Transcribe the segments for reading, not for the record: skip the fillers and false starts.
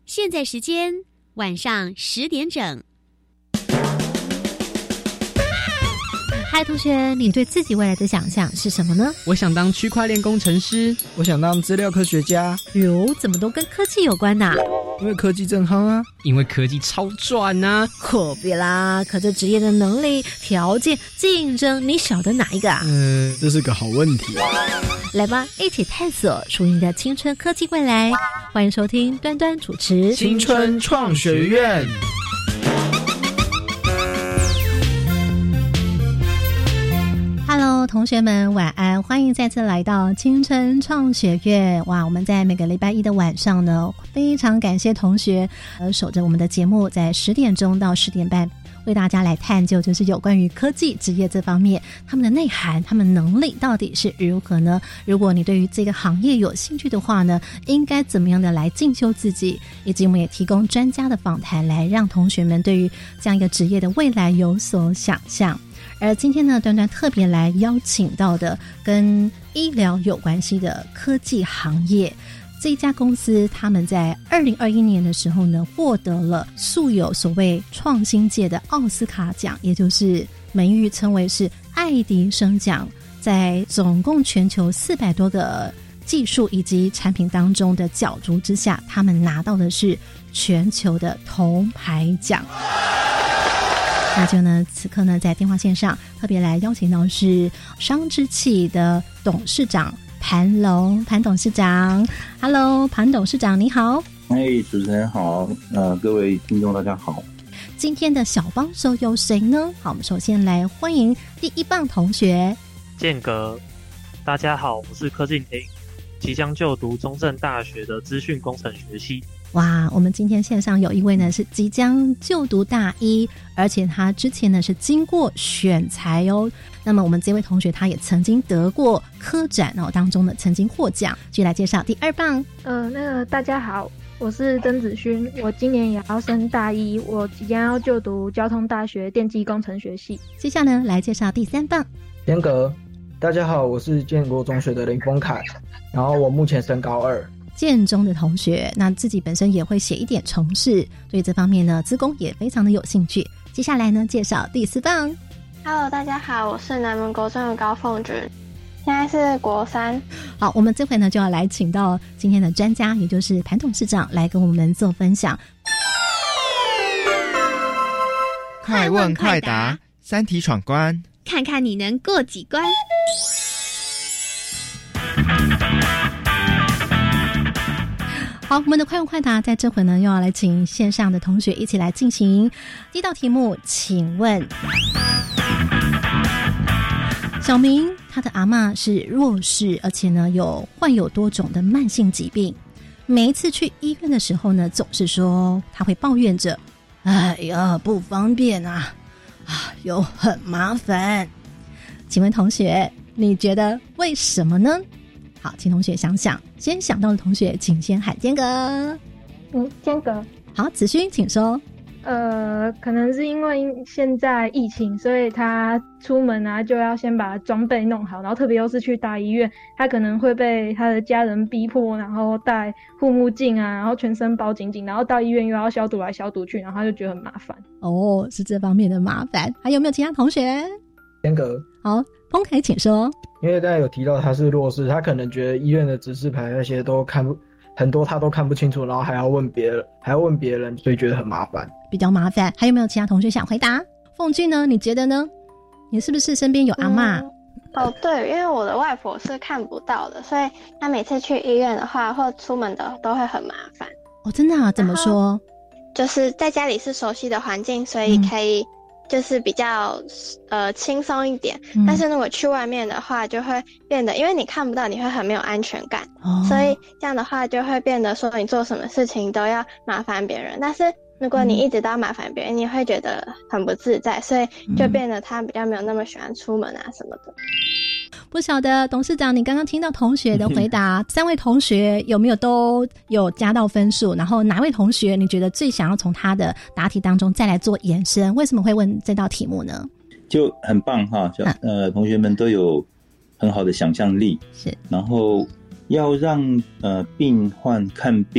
现在时间晚上10点整。 嗨，同学，你对自己未来的想象是什么呢？ 我想当区块链工程师， 我想当资料科学家。 哟，怎么都跟科技有关呐？ 因为科技正夯啊。 因为科技超赚啊。 可别啦，可这职业的能力、条件、竞争，你晓得哪一个啊？ 这是个好问题。 来吧，一起探索属于你的青春科技未来。欢迎收听端端主持青春创学院。 Hello， 同学们晚安，欢迎再次来到青春创学院。哇，我们在每个礼拜一的晚上呢，非常感谢同学守着我们的节目，在10点钟到10点半为大家来探究，就是有关于科技职业这方面，他们的内涵，他们能力到底是如何呢？如果你对于这个行业有兴趣的话呢，应该怎么样的来进修自己，以及我们也提供专家的访谈，来让同学们对于这样一个职业的未来有所想象。而今天呢，端端特别来邀请到的跟医疗有关系的科技行业，这一家公司他们在2021年的时候呢，获得了素有所谓创新界的奥斯卡奖，也就是美誉称为是爱迪生奖，在总共全球400多个技术以及产品当中的角逐之下，他们拿到的是全球的铜牌奖。那就呢，此刻呢，在电话线上特别来邀请到是商之气的董事长潘龙，潘董事长。Hello， 潘董事长你好。 主持人好，各位听众大家好。 今天的小帮手有谁呢？好，我们首先来欢迎第一棒同学间隔。大家好，我是柯敬廷，即将就读中正大学的资讯工程学系。 哇，我们今天线上有一位呢是即将就读大一，而且他之前呢是经过选才哦。那么我们这位同学他也曾经得过科展当中呢曾经获奖。继续来介绍第二棒。 大家好，我是曾子勋，我今年也要升大一，我即将要就读交通大学电机工程学系。 接下来呢来介绍第三棒。 间隔。大家好，我是建国中学的林峰凯，然后我目前升高2。 建中的同学，那自己本身也会写一点程式，对这方面呢资工也非常的有兴趣。接下来呢介绍第4棒。 Hello， 大家好，我是南门国中的高凤君，现在是国3。 好，我们这回呢就要来请到今天的专家，也就是潘董事长来跟我们做分享。 快问快答，3题闯关， 看看你能过几关。 好，我们的快问快答在这回呢又要来请线上的同学一起来进行。第一道题目，请问小明他的阿嬷是弱势，而且呢患有多种的慢性疾病，每一次去医院的时候呢总是说他会抱怨着，哎呀不方便啊，又很麻烦。请问同学，你觉得为什么呢？好，请同学想想，先想到的同学请先喊间隔。 间隔。 好，子勋请说。 可能是因为现在疫情，所以他出门啊就要先把装备弄好，然后特别又是去大医院，他可能会被他的家人逼迫，然后戴护目镜啊，然后全身包紧紧，然后到医院又要消毒来消毒去，然后他就觉得很麻烦。 哦，是这方面的麻烦。还有没有其他同学？ 间隔。 好，彭凯请说。 因为大家有提到他是弱势，他可能觉得医院的指示牌那些都很多他都看不清楚，然后还要问别人，所以觉得很麻烦， 比较麻烦。还有没有其他同学想回答？凤俊呢？你觉得呢？你是不是身边有阿嬷？ 对，因为我的外婆是看不到的，所以她每次去医院的话或出门的都会很麻烦。 哦，真的啊？怎么说？ 就是在家里是熟悉的环境，所以可以就是比较轻松一点，但是如果去外面的话就会变得，因为你看不到，你会很没有安全感，所以这样的话就会变得说你做什么事情都要麻烦别人，但是如果你一直都要麻烦别人，你会觉得很不自在，所以就变得他比较没有那么喜欢出门啊什么的。 不晓得董事长，你刚刚听到同学的回答3位同学有没有都有加到分数？然后哪位同学你觉得最想要从他的答题当中再来做延伸？为什么会问这道题目呢？ 就很棒哈，同学们都有很好的想象力， 是， 然后要让病患看病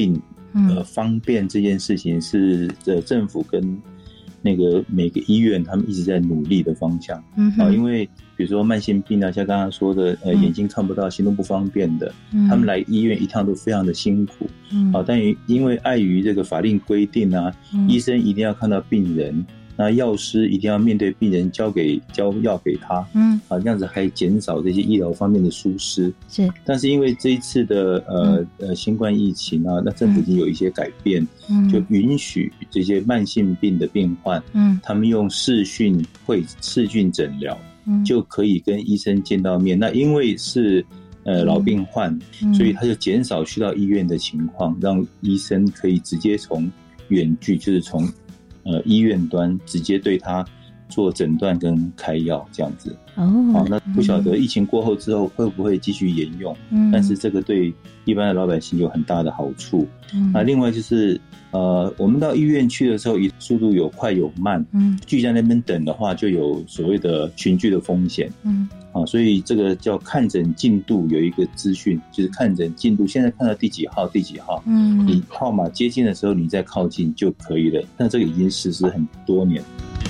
方便这件事情是政府跟那个每个医院他们一直在努力的方向。因为比如说慢性病啊，像刚刚说的眼睛看不到、行动不方便的，他们来医院一趟都非常的辛苦。但因为碍于这个法令规定啊，医生一定要看到病人，那药师一定要面对病人交药给他，这样子还减少这些医疗方面的疏失。 是， 但是因为这一次的新冠疫情啊，那政府已经有一些改变，就允许这些慢性病的病患，他们用视讯诊疗，就可以跟医生见到面。那因为是老病患，所以他就减少去到医院的情况，让医生可以直接从远距，就是从医院端直接对他做诊断跟开药这样子。那不晓得疫情过后之后会不会继续沿用，但是这个对一般的老百姓有很大的好处。那另外就是我们到医院去的时候，速度有快有慢，聚在那边等的话就有所谓的群聚的风险。所以这个叫看诊进度有一个资讯，就是看诊进度现在看到第几号，你号码接近的时候你再靠近就可以了。那这个已经实施很多年。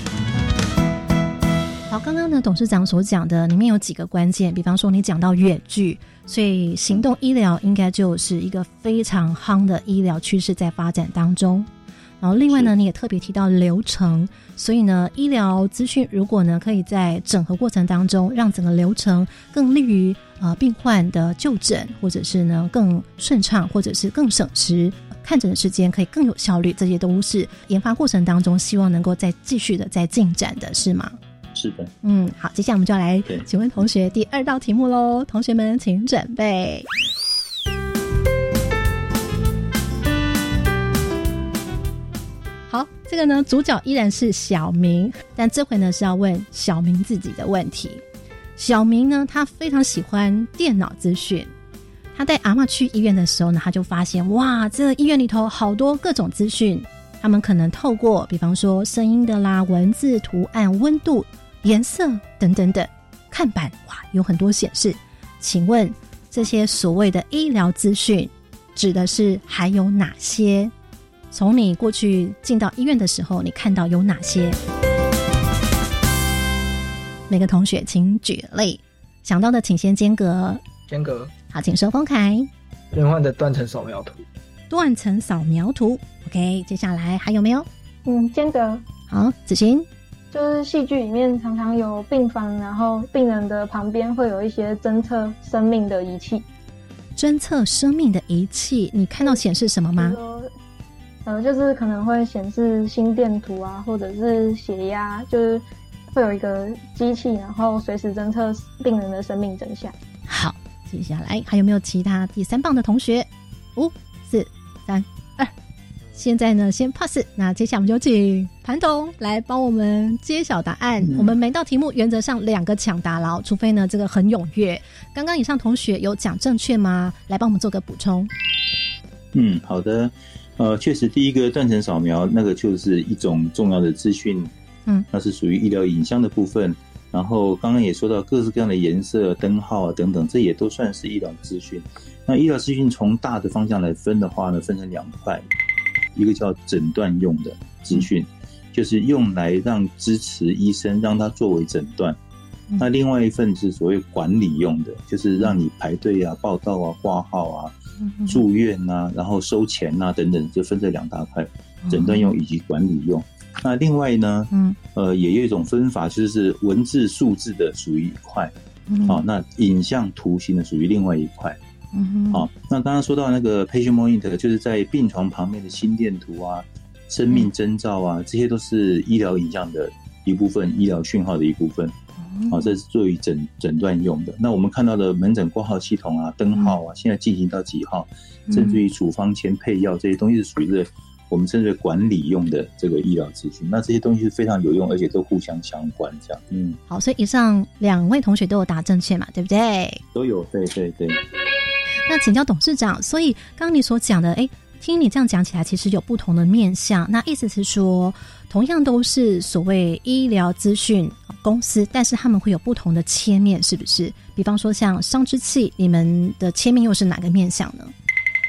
好，刚刚呢董事长所讲的里面有几个关键，比方说你讲到远距，所以行动医疗应该就是一个非常夯的医疗趋势在发展当中。然后另外呢你也特别提到流程，所以呢医疗资讯如果呢可以在整合过程当中让整个流程更利于病患的就诊，或者是呢更顺畅，或者是更省时，看诊的时间可以更有效率，这些都是研发过程当中希望能够再继续的再进展的，是吗？ 是的。 好，接下来我们就来请问同学第2道题目咯，同学们请准备。好，这个呢主角依然是小明，但这回呢是要问小明自己的问题。小明呢他非常喜欢电脑资讯，他带阿嬷去医院的时候呢，他就发现哇，这医院里头好多各种资讯，他们可能透过比方说声音的啦、文字、图案、温度、颜色等等等，看板哇有很多显示。请问这些所谓的医疗资讯指的是还有哪些？从你过去进到医院的时候，你看到有哪些？每个同学请举例，想到的请先间隔。好，请收公凯。 病患的断层扫描图。 断层扫描图 OK， 接下来还有没有？ 间隔。 好，子欣。 就是戏剧里面常常有病房，然后病人的旁边会有一些侦测生命的仪器。 侦测生命的仪器，你看到显示什么吗？ 就是可能会显示心电图啊，或者是血压，就是会有一个机器，然后随时侦测病人的生命真相。 好，接下来还有没有其他第3棒的同学？5、4、3、2。现在呢先 pass， 那接下来我们就请盘童来帮我们揭晓答案。我们每道题目原则上2个抢答咯，除非呢这个很踊跃。刚刚以上同学有讲正确吗？来帮我们做个补充。 好的。确实第一个断层扫描那个就是一种重要的资讯，那是属于医疗影像的部分。然后刚刚也说到各式各样的颜色、灯号啊等等，这也都算是医疗资讯。那医疗资讯从大的方向来分的话呢，分成2块，一个叫诊断用的资讯，就是用来让支持医生让他作为诊断。那另外一份是所谓管理用的，就是让你排队啊、报到啊、挂号啊、住院啊，然后收钱啊等等，就分这2大块，诊断用以及管理用。那另外呢，也有一种分法，就是文字、数字的属于一块，那影像、图形的属于另外一块。那刚刚说到那个 patient monitor， 就是在病床旁边的心电图啊、生命征兆啊，这些都是医疗影像的一部分，医疗讯号的一部分。这是作为诊断用的。那我们看到的门诊挂号系统啊、灯号啊，现在进行到几号，甚至于处方签、配药这些东西是属于我们称之为管理用的这个医疗资讯。那这些东西是非常有用，而且都互相相关这样。 好，所以以上2位同学都有答正确嘛，对不对？ 都有，对。 那请教董事长，所以刚刚你所讲的，听你这样讲起来，其实有不同的面向。那意思是说，同样都是所谓医疗资讯公司，但是他们会有不同的切面，是不是？比方说像伤之器，你们的切面又是哪个面向呢？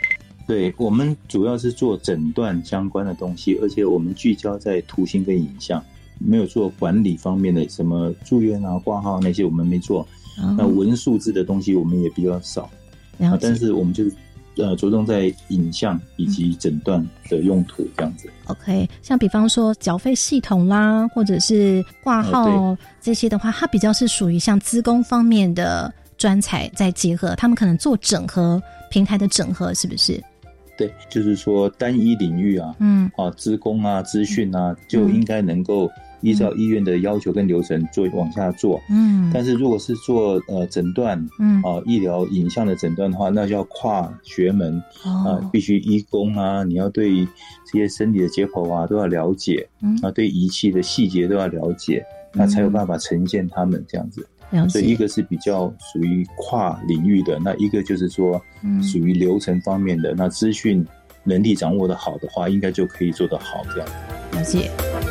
对，我们主要是做诊断相关的东西，而且我们聚焦在图形跟影像，没有做管理方面的什么住院啊、挂号那些我们没做。那文数字的东西我们也比较少，但是我们就是着重在影像以及诊断的用途这样子。 OK， 像比方说缴费系统啦，或者是挂号这些的话，它比较是属于像资工方面的专才在结合，他们可能做整合平台的整合，是不是？ 对，就是说单一领域啊，资工啊、资讯啊，就应该能够依照医院的要求跟流程往下做。但是如果是做诊断，医疗影像的诊断的话，那就要跨学门必须医工啊，你要对这些身体的解剖啊都要了解，对仪器的细节都要了解，那才有办法呈现他们这样子。所以一个是比较属于跨领域的，那一个就是说属于流程方面的，那资讯能力掌握的好的话，应该就可以做得好这样子。 了解。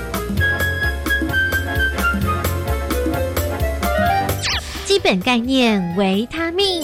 基本概念维他命。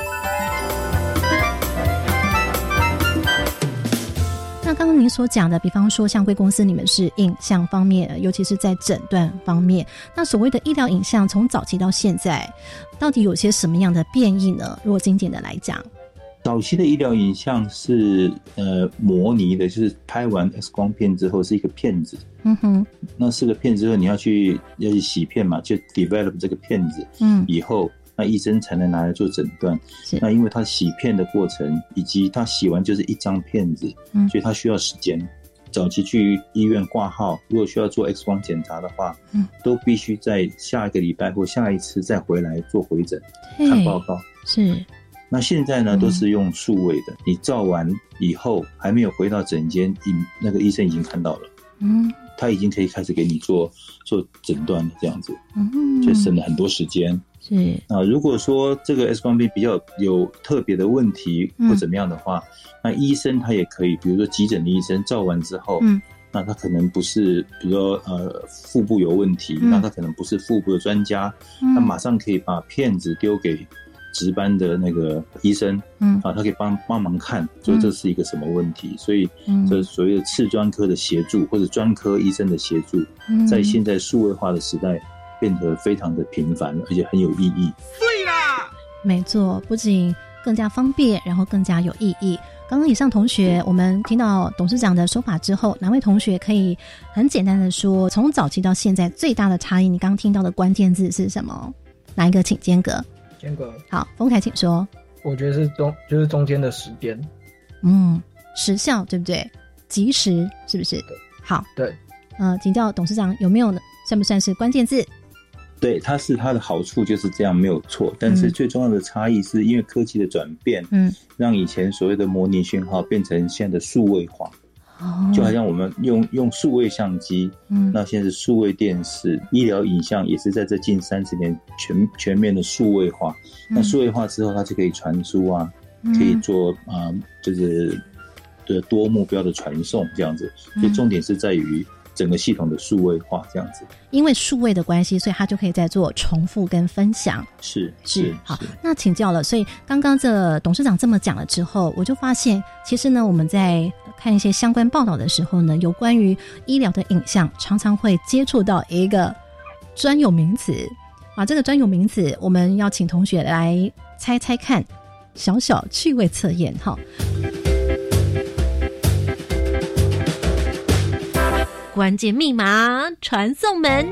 那刚刚您所讲的，比方说像贵公司你们是影像方面，尤其是在诊断方面，那所谓的医疗影像从早期到现在到底有些什么样的变异呢？如果精简的来讲， 早期的医疗影像是模拟的，就是拍完 X 光片之后是一个片子，那是个片子之后你要去洗片嘛，就 develop 这个片子，以后那医生才能拿来做诊断。那因为他洗片的过程以及他洗完就是一张片子，所以他需要时间。早期去医院挂号，如果需要做 X 光检查的话，都必须在下一个礼拜或下一次再回来做回诊看报告。 是。 那现在呢，都是用数位的，你照完以后还没有回到诊间，那个医生已经看到了，他已经可以开始给你做诊断了，这样子，就省了很多时间。 是。 如果说这个 X 光片比较有特别的问题或怎么样的话，那医生他也可以，比如说急诊的医生照完之后，那他可能不是，比如说腹部有问题，那他可能不是腹部的专家，他马上可以把片子丢给值班的那个医生，他可以帮忙看，说这是一个什么问题，所以这所谓的次专科的协助或者专科医生的协助，在现在数位化的时代变得非常的频繁，而且很有意义。 对啦，没错，不仅更加方便，然后更加有意义。刚刚以上同学，我们听到董事长的说法之后，哪位同学可以很简单的说，从早期到现在最大的差异，你刚刚听到的关键字是什么？哪一个？请间隔。好，丰凯请说。 我觉得是就是中间的时间， 时效对不对？及时是不是？ 对， 好， 对， 请教董事长有没有呢？算不算是关键字？ 对，它的好处就是这样，没有错。但是最重要的差异是因为科技的转变，让以前所谓的模拟讯号变成现在的数位化。就好像我们用数位相机，那现在是数位电视，医疗影像也是在这近30年全面的数位化。那数位化之后，它就可以传输啊，可以做就是多目标的传送这样子。所以重点是在于整个系统的数位化这样子。 因为数位的关系，所以它就可以再做重复跟分享。 是好，那请教了。所以刚刚这董事长这么讲了之后，我就发现其实呢，我们在看一些相关报道的时候呢，有关于医疗的影像常常会接触到一个专有名词。这个专有名词我们要请同学来猜猜看，小小趣味测验。 关键密码传送门。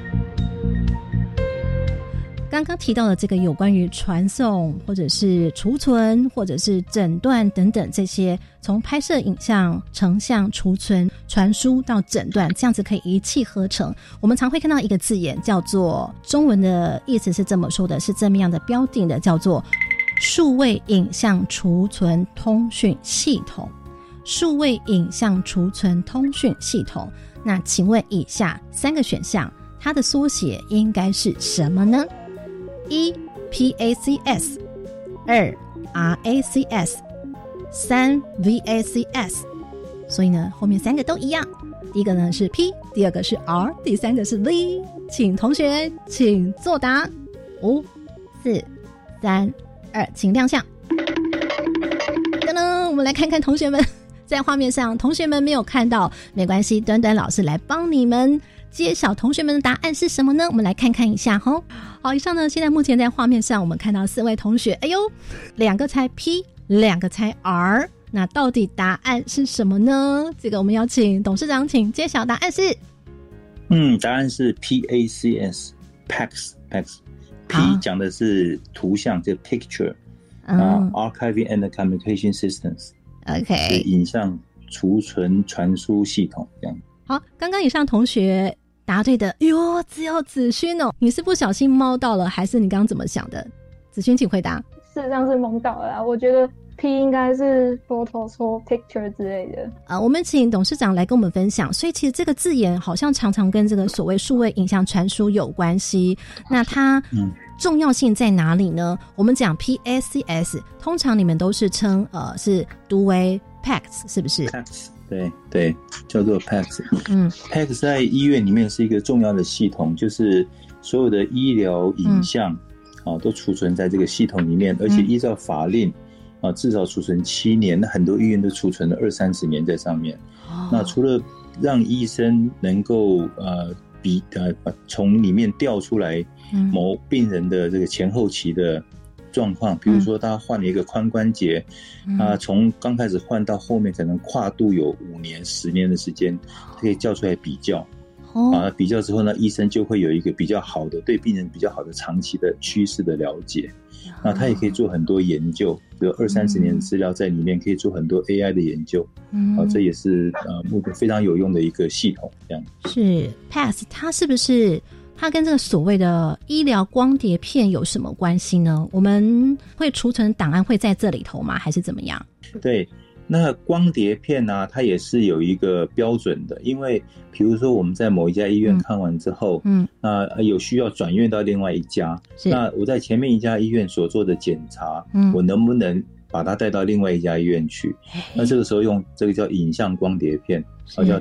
刚刚提到的这个有关于传送或者是储存或者是诊断等等这些，从拍摄影像、成像、储存、传输到诊断，这样子可以一气呵成。我们常会看到一个字眼叫做，中文的意思是这么说的，是这么样的标定的，叫做数位影像储存通讯系统。数位影像储存通讯系统。那请问以下3个选项，它的缩写应该是什么呢？1 PACS， 2 RACS， 3 VACS。 所以呢，后面3个都一样，第一个呢是 P， 第二个是 R， 第三个是 V。 请同学请作答。5 4 3 2，请亮相。噔噔，我们来看看同学们在画面上，同学们没有看到没关系，端端老师来帮你们揭晓同学们的答案是什么呢？我们来看看一下齁。好，以上呢，现在目前在画面上我们看到4位同学，哎呦，2个猜 P， 2个猜 R， 那到底答案是什么呢？这个我们要请董事长请揭晓答案是答案是 PACS P 讲的是图像，这 picture Archiving and Communication Systems OK 影像储存传输系统这样。 好，刚刚以上同学答对的，哟，只有子勋哦，你是不小心猫到了，还是你刚刚怎么想的？子勋请回答。 事实上是蒙到了啦，我觉得 P 应该是 photos 或 picture 之类的。 我们请董事长来跟我们分享。所以其实这个字眼好像常常跟这个所谓数位影像传输有关系。那它重要性在哪里呢？我们讲 PACS， 通常你们都是称是读为 PACS， 是不是？ PACS， 对，叫做 PACS。PACS 在医院里面是一个重要的系统，就是所有的医疗影像都储存在这个系统里面，而且依照法令至少储存7年，那很多医院都储存了20-30年在上面。那除了让医生能够从里面调出来某病人的这个前后期的状况，比如说他换了一个髋关节，他从刚开始换到后面可能跨度有5年、10年的时间，可以叫出来比较。比较之后呢，医生就会有一个比较好的对病人比较好的长期的趋势的了解。那他也可以做很多研究，比如20-30年的资料在里面，可以做很多 AI 的研究。这也是目前非常有用的一个系统。这样是 PACS， 它是不是它跟这个所谓的医疗光碟片有什么关系呢？我们会储存档案会在这里头吗？还是怎么样？ 对。那光碟片啊，它也是有一个标准的，因为比如说我们在某一家医院看完之后，有需要转院到另外一家，那我在前面一家医院所做的检查，我能不能把它带到另外一家医院去？那这个时候用这个叫影像光碟片，叫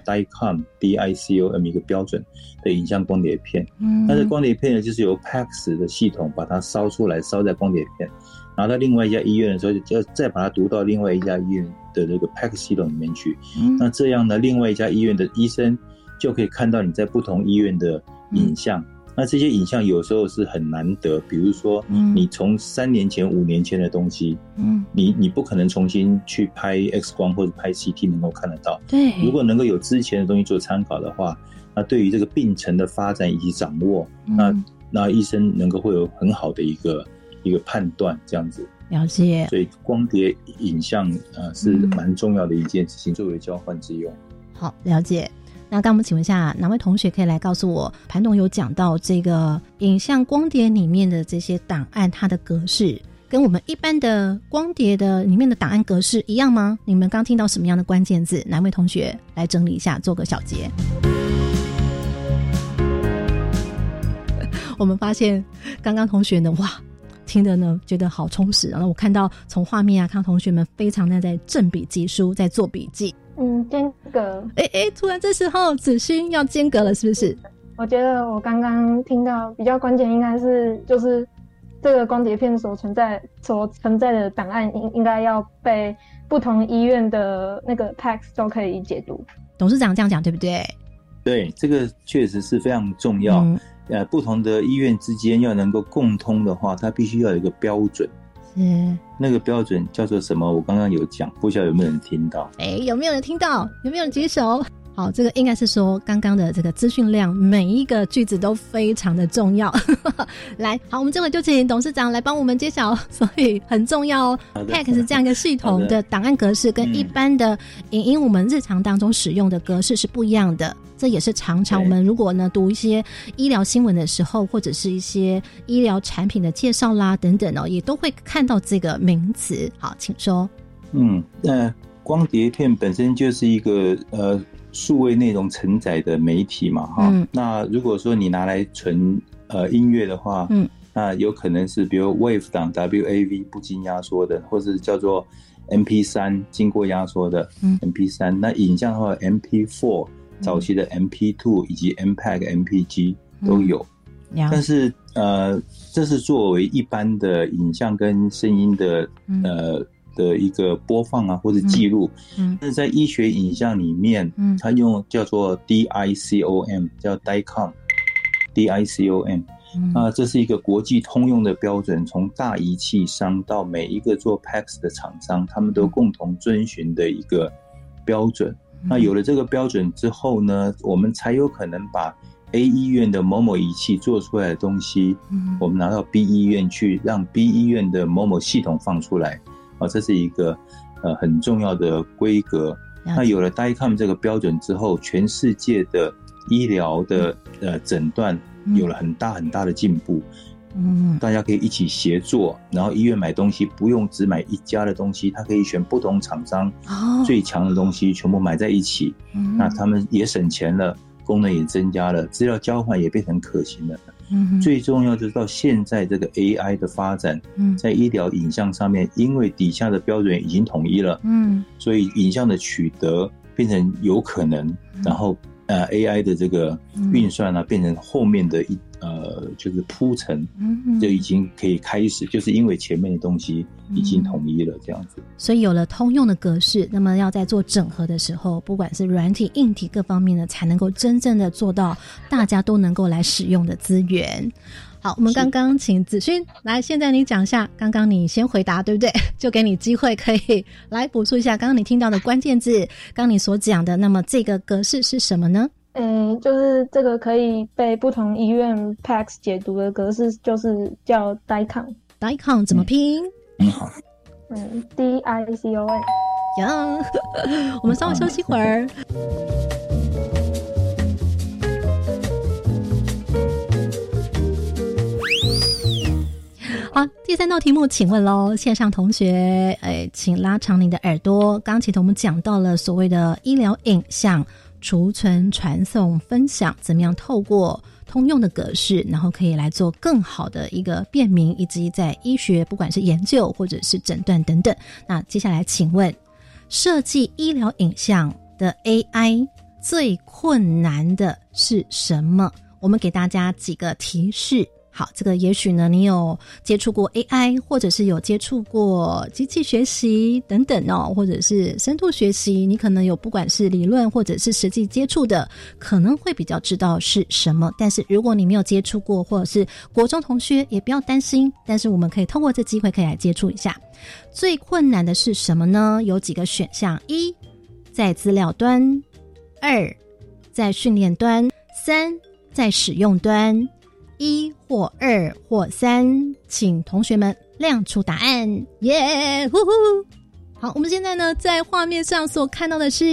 DICOM 一个标准的影像光碟片。那这光碟片呢，就是由 PACS 的系统把它烧出来，烧在光碟片，然后到另外一家医院的时候，就要再把它读到另外一家医院的这个 PACS 系统里面去。那这样呢，另外一家医院的医生就可以看到你在不同医院的影像。那这些影像有时候是很难得，比如说你从3年前、5年前的东西，你不可能重新去拍 X 光或者拍 CT 能够看得到。 对， 如果能够有之前的东西做参考的话，那对于这个病程的发展以及掌握，那医生能够会有很好的一个判断，这样子。 了解。所以光碟影像是蛮重要的一件事情，作为交换之用。 好，了解。那刚我们请问一下，哪位同学可以来告诉我，潘董有讲到这个影像光碟里面的这些档案，它的格式跟我们一般的光碟的里面的档案格式一样吗？你们刚听到什么样的关键字？哪位同学来整理一下，做个小结。我们发现刚刚同学呢，哇，听的呢觉得好充实。然后我看到从画面看到同学们非常的在正笔疾书，在做笔记。 间隔。 突然这时候子勋要间隔了，是不是？ 我觉得我刚刚听到比较关键应该是就是这个光碟片所存在的档案应该要被不同医院的那个 PACS 都可以解读。 董事长这样讲对不对？ 对，这个确实是非常重要。不同的医院之间要能够共通的话，它必须要有一个标准。那个标准叫做什么？我刚刚有讲，不晓得有没有人听到？ 有没有人听到？有没有人举手？好，这个应该是说刚刚的这个资讯量，每一个句子都非常的重要。来，好，我们这回就请董事长来帮我们揭晓。所以很重要哦 ，PACS 这样一个系统的档案格式跟一般的影音我们日常当中使用的格式是不一样的。这也是常常我们如果呢读一些医疗新闻的时候，或者是一些医疗产品的介绍啦等等也都会看到这个名词。好，请说。 光碟片本身就是一个数位内容承载的媒体嘛，那如果说你拿来存音乐的话，那有可能是比如 WAV 档 WAV 不经压缩的，或是叫做 MP3 经过压缩的MP3。那影像的话 MP4 早期的 MP2 以及 MPEG、MPG 都有。但是这是作为一般的影像跟声音的的一个播放啊，或者记录。但是在医学影像里面，它用叫做 DICOM， 叫 DICOM。这是一个国际通用的标准，从大仪器商到每一个做 PACS 的厂商，他们都共同遵循的一个标准。那有了这个标准之后呢，我们才有可能把 A 医院的某某仪器做出来的东西，我们拿到 B 医院去，让 B 医院的某某系统放出来。这是一个很重要的规格。那有了 DICOM 这个标准之后，全世界的医疗的诊断有了很大很大的进步。大家可以一起协作，然后医院买东西不用只买一家的东西，他可以选不同厂商最强的东西全部买在一起。那他们也省钱了，功能也增加了，资料交换也变成可行了。最重要就是到现在这个 AI 的发展，在医疗影像上面，因为底下的标准已经统一了，所以影像的取得变成有可能，然后AI 的这个运算啊，变成后面的就是铺陈，就已经可以开始，就是因为前面的东西已经统一了，这样子。 所以有了通用的格式，那么要在做整合的时候，不管是软体、硬体各方面呢，才能够真正的做到大家都能够来使用的资源。好，我们刚刚请子勋来，现在你讲一下，刚刚你先回答对不对？就给你机会可以来补述一下刚刚你听到的关键字，刚刚你所讲的，那么这个格式是什么呢？ 就是这个可以被不同医院 PACS 解读的格式，就是叫 DICOM。DICOM 怎么拼？ 好。 DICOM。 我们稍微休息会儿。好，第三道题目请问咯，线上同学请拉长你的耳朵。刚才我们讲到了所谓的医疗影像储存、传送、分享，怎么样透过通用的格式，然后可以来做更好的一个便民，以及在医学不管是研究或者是诊断等等。那接下来请问，设计医疗影像的 AI 最困难的是什么？我们给大家几个提示。好，这个也许呢你有接触过 AI， 或者是有接触过机器学习等等或者是深度学习，你可能有不管是理论或者是实际接触的，可能会比较知道是什么。但是如果你没有接触过，或者是国中同学也不要担心，但是我们可以透过这机会可以来接触一下。最困难的是什么呢？有几个选项：一，在资料端；二，在训练端；三，在使用端。一或二或三，请同学们亮出答案。耶，呼呼！好，我们现在呢，在画面上所看到的是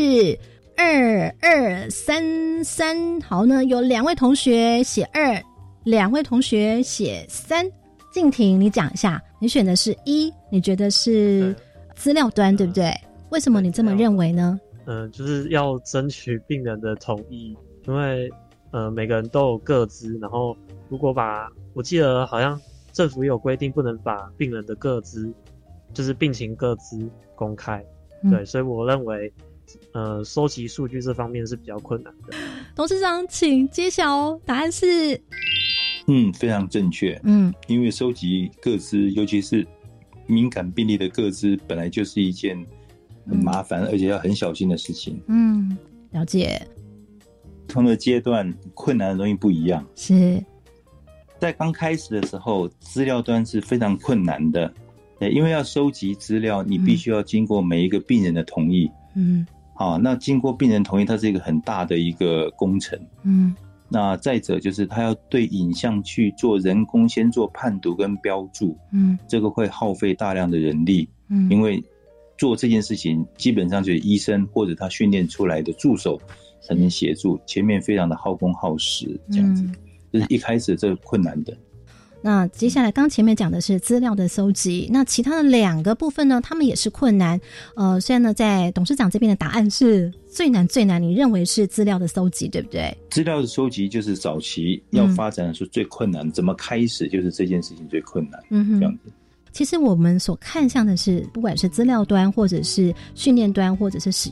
2233。好呢，有2位同学写2， 2位同学写3。静婷，你讲一下，你选的是1，你觉得是资料端，对不对？为什么你这么认为呢？ 就是要争取病人的同意，因为每个人都有个资，然后如果我记得好像政府也有规定不能把病人的个资，就是病情个资公开。对，所以我认为收集数据这方面是比较困难的。 董事长请揭晓答案是非常正确。因为收集个资，尤其是敏感病例的个资，本来就是一件很麻烦而且要很小心的事情。 了解。 不同的阶段困难的东西不一样。 是在刚开始的时候，资料端是非常困难的，因为要收集资料，你必须要经过每一个病人的同意。那经过病人同意，它是一个很大的一个工程。那再者就是他要对影像去做人工先做判读跟标注。这个会耗费大量的人力。因为做这件事情基本上就是医生或者他训练出来的助手才能协助，前面非常的耗工耗时，这样子。这是一开始这个困难的。 那接下来刚前面讲的是资料的搜集，那其他的2个部分呢，他们也是困难。虽然呢在董事长这边的答案是最难，你认为是资料的搜集，对不对？ 资料的搜集就是早期要发展的时候最困难，怎么开始就是这件事情最困难。这样子。 其实我们所看向的是，不管是资料端或者是训练端或者是使用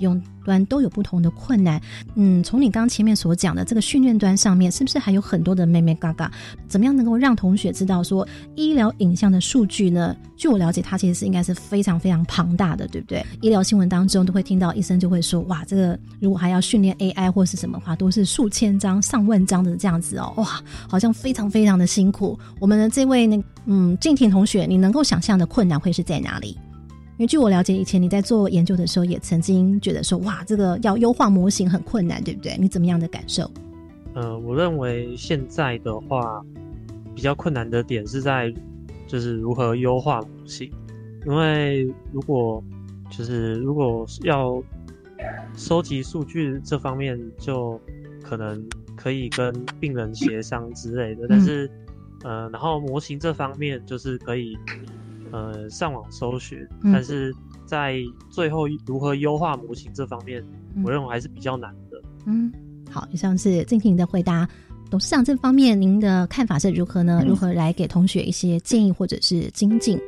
端都有不同的困难。从你刚刚前面所讲的这个训练端上面，是不是还有很多的妹妹嘎嘎？怎么样能够让同学知道说医疗影像的数据呢？据我了解，它其实应该是非常非常庞大的，对不对？医疗新闻当中都会听到医生就会说，哇，这个如果还要训练 AI 或是什么的话，都是数千张上万张的这样子哦，哇，好像非常非常的辛苦。我们的这位静婷同学，你能够想象的困难会是在哪里？因为据我了解，以前你在做研究的时候也曾经觉得说，哇，这个要优化模型很困难，对不对？你怎么样的感受？ 我认为现在的话比较困难的点是在就是如何优化模型，因为如果要收集数据这方面，就可能可以跟病人协商之类的，但是然后模型这方面就是可以上网搜寻，但是在最后如何优化模型这方面，我认为还是比较难的。 好，以上是静婷的回答。董事长，这方面您的看法是如何呢？如何来给同学一些建议或者是精进？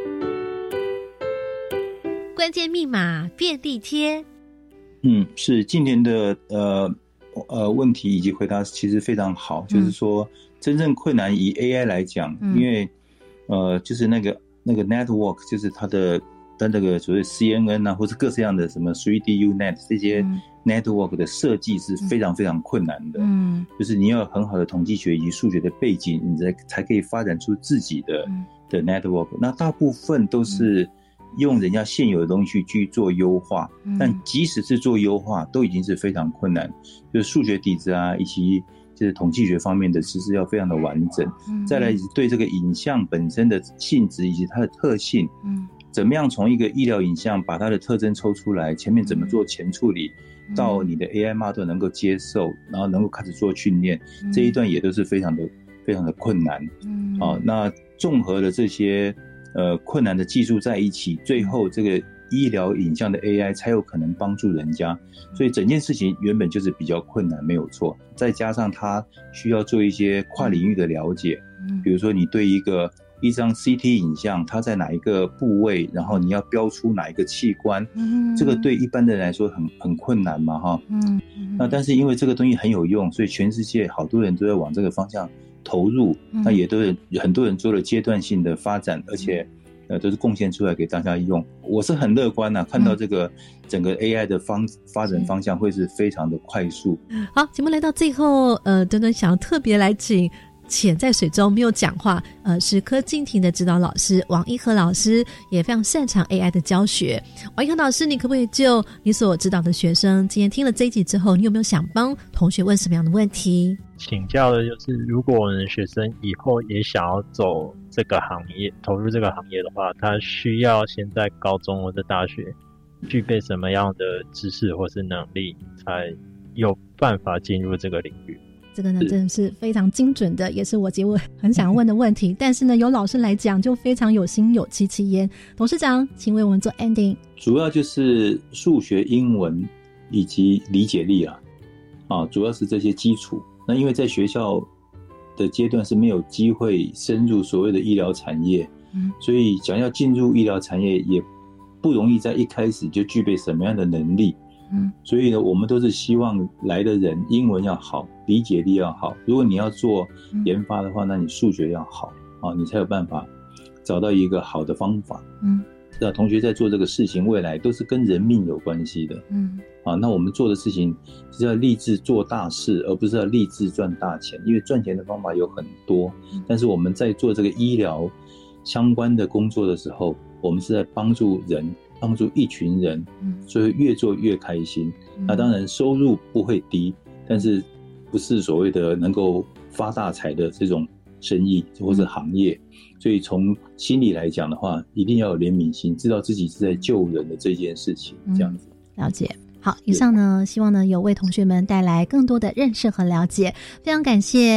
关键密码便利贴。 是今年的问题以及回答其实非常好，就是说真正困难以 AI 来讲，因为就是那个 network， 就是它的那个所谓 CNN 啊，或是各式样的什么 3DUNet 这些 network 的设计是非常非常困难的。就是你要有很好的统计学以及数学的背景，你才可以发展出自己的 network。那大部分都是用人家现有的东西去做优化，但即使是做优化，都已经是非常困难。就是数学底子啊，以及就是统计学方面的知识要非常的完整。再来对这个影像本身的性质以及它的特性，怎么样从一个医疗影像把它的特征抽出来，前面怎么做前处理，到你的 AI model 能够接受，然后能够开始做训练，这一段也都是非常的困难。那综合了这些困难的技术在一起，最后这个医疗影像的 AI 才有可能帮助人家。所以整件事情原本就是比较困难，没有错。再加上它需要做一些跨领域的了解，比如说你对一张 CT 影像，它在哪一个部位，然后你要标出哪一个器官，这个对一般的人来说很困难嘛，哈。那但是因为这个东西很有用，所以全世界好多人都在往这个方向投入，那也都有很多人做了阶段性的发展，而且都是贡献出来给大家用。我是很乐观看到这个整个 AI 的发展方向会是非常的快速。 好，节目来到最后，等等想要特别来请潜在水中没有讲话，是柯静婷的指导老师王一和老师，也非常擅长 AI 的教学。王一和老师，你可不可以就你所指导的学生，今天听了这一集之后，你有没有想帮同学问什么样的问题？ 请教的就是，如果我们学生以后也想要走这个行业，投入这个行业的话，他需要先在高中或者大学具备什么样的知识或是能力，才有办法进入这个领域？ 这个呢真的是非常精准的，也是我结尾很想问的问题。但是呢，由老师来讲就非常有心有戚戚焉。董事长，请为我们做 ending。 主要就是数学、英文以及理解力主要是这些基础。那因为在学校的阶段是没有机会深入所谓的医疗产业，所以想要进入医疗产业也不容易在一开始就具备什么样的能力。所以呢，我们都是希望来的人英文要好，理解力要好。如果你要做研发的话，那你数学要好你才有办法找到一个好的方法。那同学在做这个事情，未来都是跟人命有关系的。那我们做的事情是要立志做大事，而不是要立志赚大钱。因为赚钱的方法有很多，但是我们在做这个医疗相关的工作的时候，我们是在帮助人，帮助一群人，所以越做越开心。那当然收入不会低，但是不是所谓的能够发大财的这种生意或者行业。所以从心理来讲的话，一定要有怜悯心，知道自己是在救人的这件事情，这样子。 了解。好，以上呢，希望呢有为同学们带来更多的认识和了解。非常感谢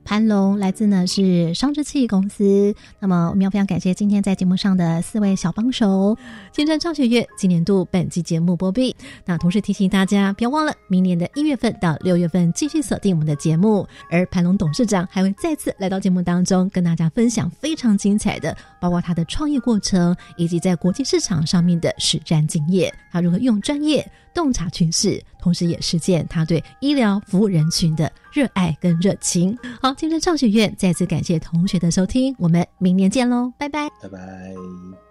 潘龙，来自呢是商之气公司。那么我们要非常感谢今天在节目上的4位小帮手。青春创学月今年度本期节目播毕，那同时提醒大家不要忘了明年的1月份到6月份继续锁定我们的节目，而潘龙董事长还会再次来到节目当中跟大家分享非常精彩的，包括他的创业过程以及在国际市场上面的实战经验，他如何用专业洞察趋势，同时也实践他对医疗服务人群的热爱跟热情。好，青春创学院再次感谢同学的收听，我们明年见咯，拜拜， 拜拜。